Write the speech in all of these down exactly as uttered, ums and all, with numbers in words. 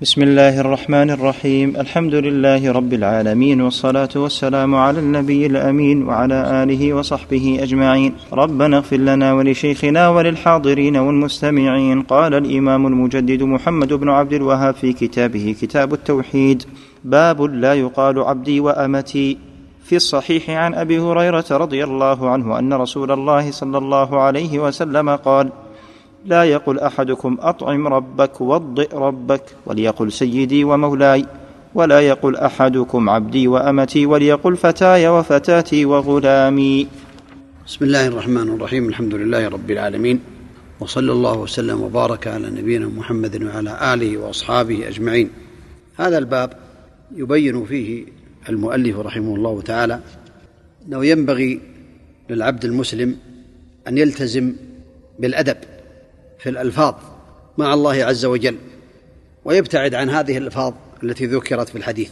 بسم الله الرحمن الرحيم. الحمد لله رب العالمين، والصلاة والسلام على النبي الأمين وعلى آله وصحبه أجمعين. ربنا اغفر لنا ولشيخنا وللحاضرين والمستمعين. قال الإمام المجدد محمد بن عبد الوهاب في كتابه كتاب التوحيد: باب لا يقال عبدي وأمتي. في الصحيح عن أبي هريرة رضي الله عنه أن رسول الله صلى الله عليه وسلم قال: لا يقل أحدكم أطعم ربك وضئ ربك، وليقل سيدي ومولاي. ولا يقل أحدكم عبدي وأمتي، وليقل فتاي وفتاتي وغلامي. بسم الله الرحمن الرحيم. الحمد لله رب العالمين، وصلى الله وسلم وبارك على نبينا محمد وعلى آله وأصحابه أجمعين. هذا الباب يبين فيه المؤلف رحمه الله تعالى أنه ينبغي للعبد المسلم أن يلتزم بالأدب في الألفاظ مع الله عز وجل، ويبتعد عن هذه الألفاظ التي ذكرت في الحديث.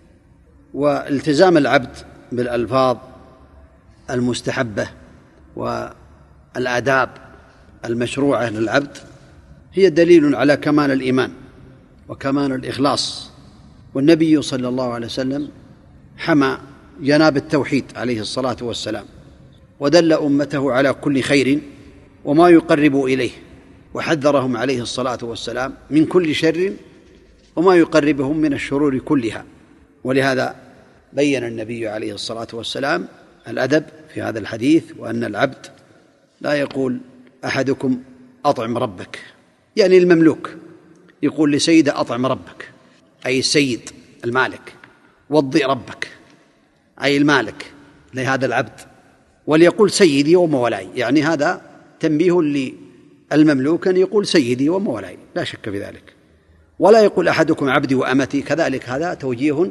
والتزام العبد بالألفاظ المستحبة والآداب المشروعة للعبد هي دليل على كمال الإيمان وكمال الإخلاص. والنبي صلى الله عليه وسلم حمى جناب التوحيد عليه الصلاة والسلام، ودل أمته على كل خير وما يقرب إليه، وحذرهم عليه الصلاة والسلام من كل شر وما يقربهم من الشرور كلها. ولهذا بين النبي عليه الصلاة والسلام الأدب في هذا الحديث، وأن العبد لا يقول أحدكم أطعم ربك، يعني المملوك يقول لسيده أطعم ربك أي السيد المالك، وضئ ربك أي المالك لهذا العبد، وليقول سيدي ومولاي، يعني هذا تنبيه للمملوك أن يقول سيدي ومولاي، لا شك في ذلك. ولا يقول أحدكم عبدي وأمتي، كذلك هذا توجيه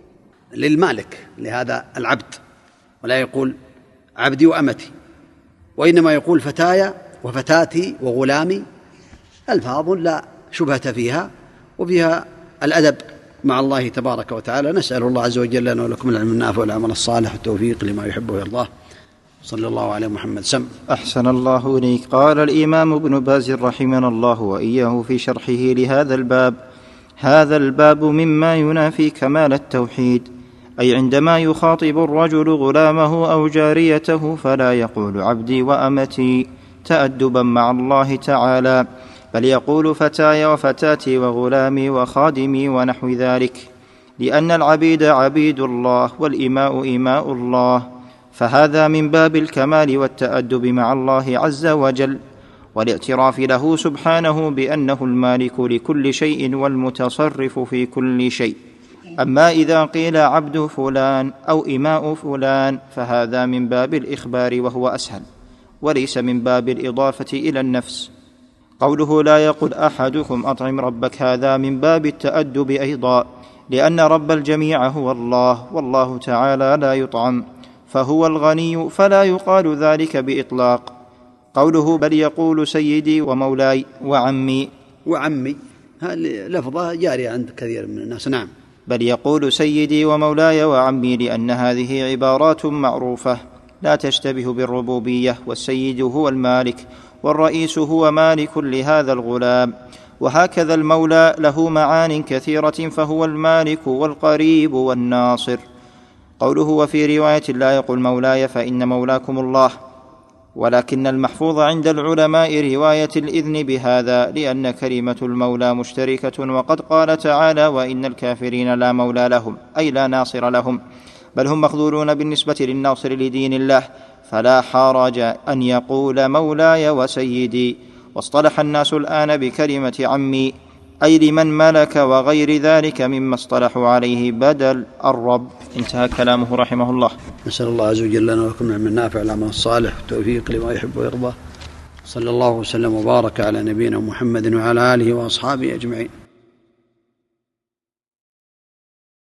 للمالك لهذا العبد، ولا يقول عبدي وأمتي، وإنما يقول فتاي وفتاتي وغلامي، ألفاظ لا شبهة فيها وفيها الأدب مع الله تبارك وتعالى. نسأل الله عز وجل لنا ولكم العلم النافع والعمل الصالح والتوفيق لما يحبه ويرضاه. صلى الله على محمد. سم. أحسن الله إليك. قال الإمام ابن باز رحمنا الله وإياه في شرحه لهذا الباب: هذا الباب مما ينافي كمال التوحيد، أي عندما يخاطب الرجل غلامه أو جاريته فلا يقول عبدي وأمتي تأدبا مع الله تعالى، بل يقول فتاي وفتاتي وغلامي وخادمي ونحو ذلك، لأن العبيد عبيد الله والإماء إماء الله، فهذا من باب الكمال والتأدب مع الله عز وجل، والاعتراف له سبحانه بأنه المالك لكل شيء والمتصرف في كل شيء. أما إذا قيل عبد فلان أو إماء فلان فهذا من باب الإخبار وهو أسهل، وليس من باب الإضافة إلى النفس. قوله لا يقل أحدكم أطعم ربك هذا من باب التأدب أيضا، لأن رب الجميع هو الله، والله تعالى لا يطعم، فهو الغني، فلا يقال ذلك بإطلاق. قوله بل يقول سيدي ومولاي وعمي وعمي هذه لفظة جارية عند كثير من الناس. نعم. بل يقول سيدي ومولاي وعمي، لأن هذه عبارات معروفة لا تشتبه بالربوبية، والسيد هو المالك، والرئيس هو مالك لهذا الغلام. وهكذا المولى له معان كثيرة، فهو المالك والقريب والناصر. قوله وفي رواية لا يقول مولاي فإن مولاكم الله، ولكن المحفوظ عند العلماء رواية الإذن بهذا، لأن كلمة المولى مشتركة، وقد قال تعالى وإن الكافرين لا مولى لهم، أي لا ناصر لهم، بل هم مخذولون بالنسبة للناصر لدين الله، فلا حرج أن يقول مولاي وسيدي. واصطلح الناس الآن بكلمة عمي، أي لمن ملك وغير ذلك مما اصطلحوا عليه بدل الرب. انتهى كلامه رحمه الله. نسأل الله عز وجل لنا ولكم العلم النافع والعمل الصالح والتوفيق لما يحب ويرضاه. صلى الله وسلم وبارك على نبينا محمد وعلى آله وأصحابه أجمعين.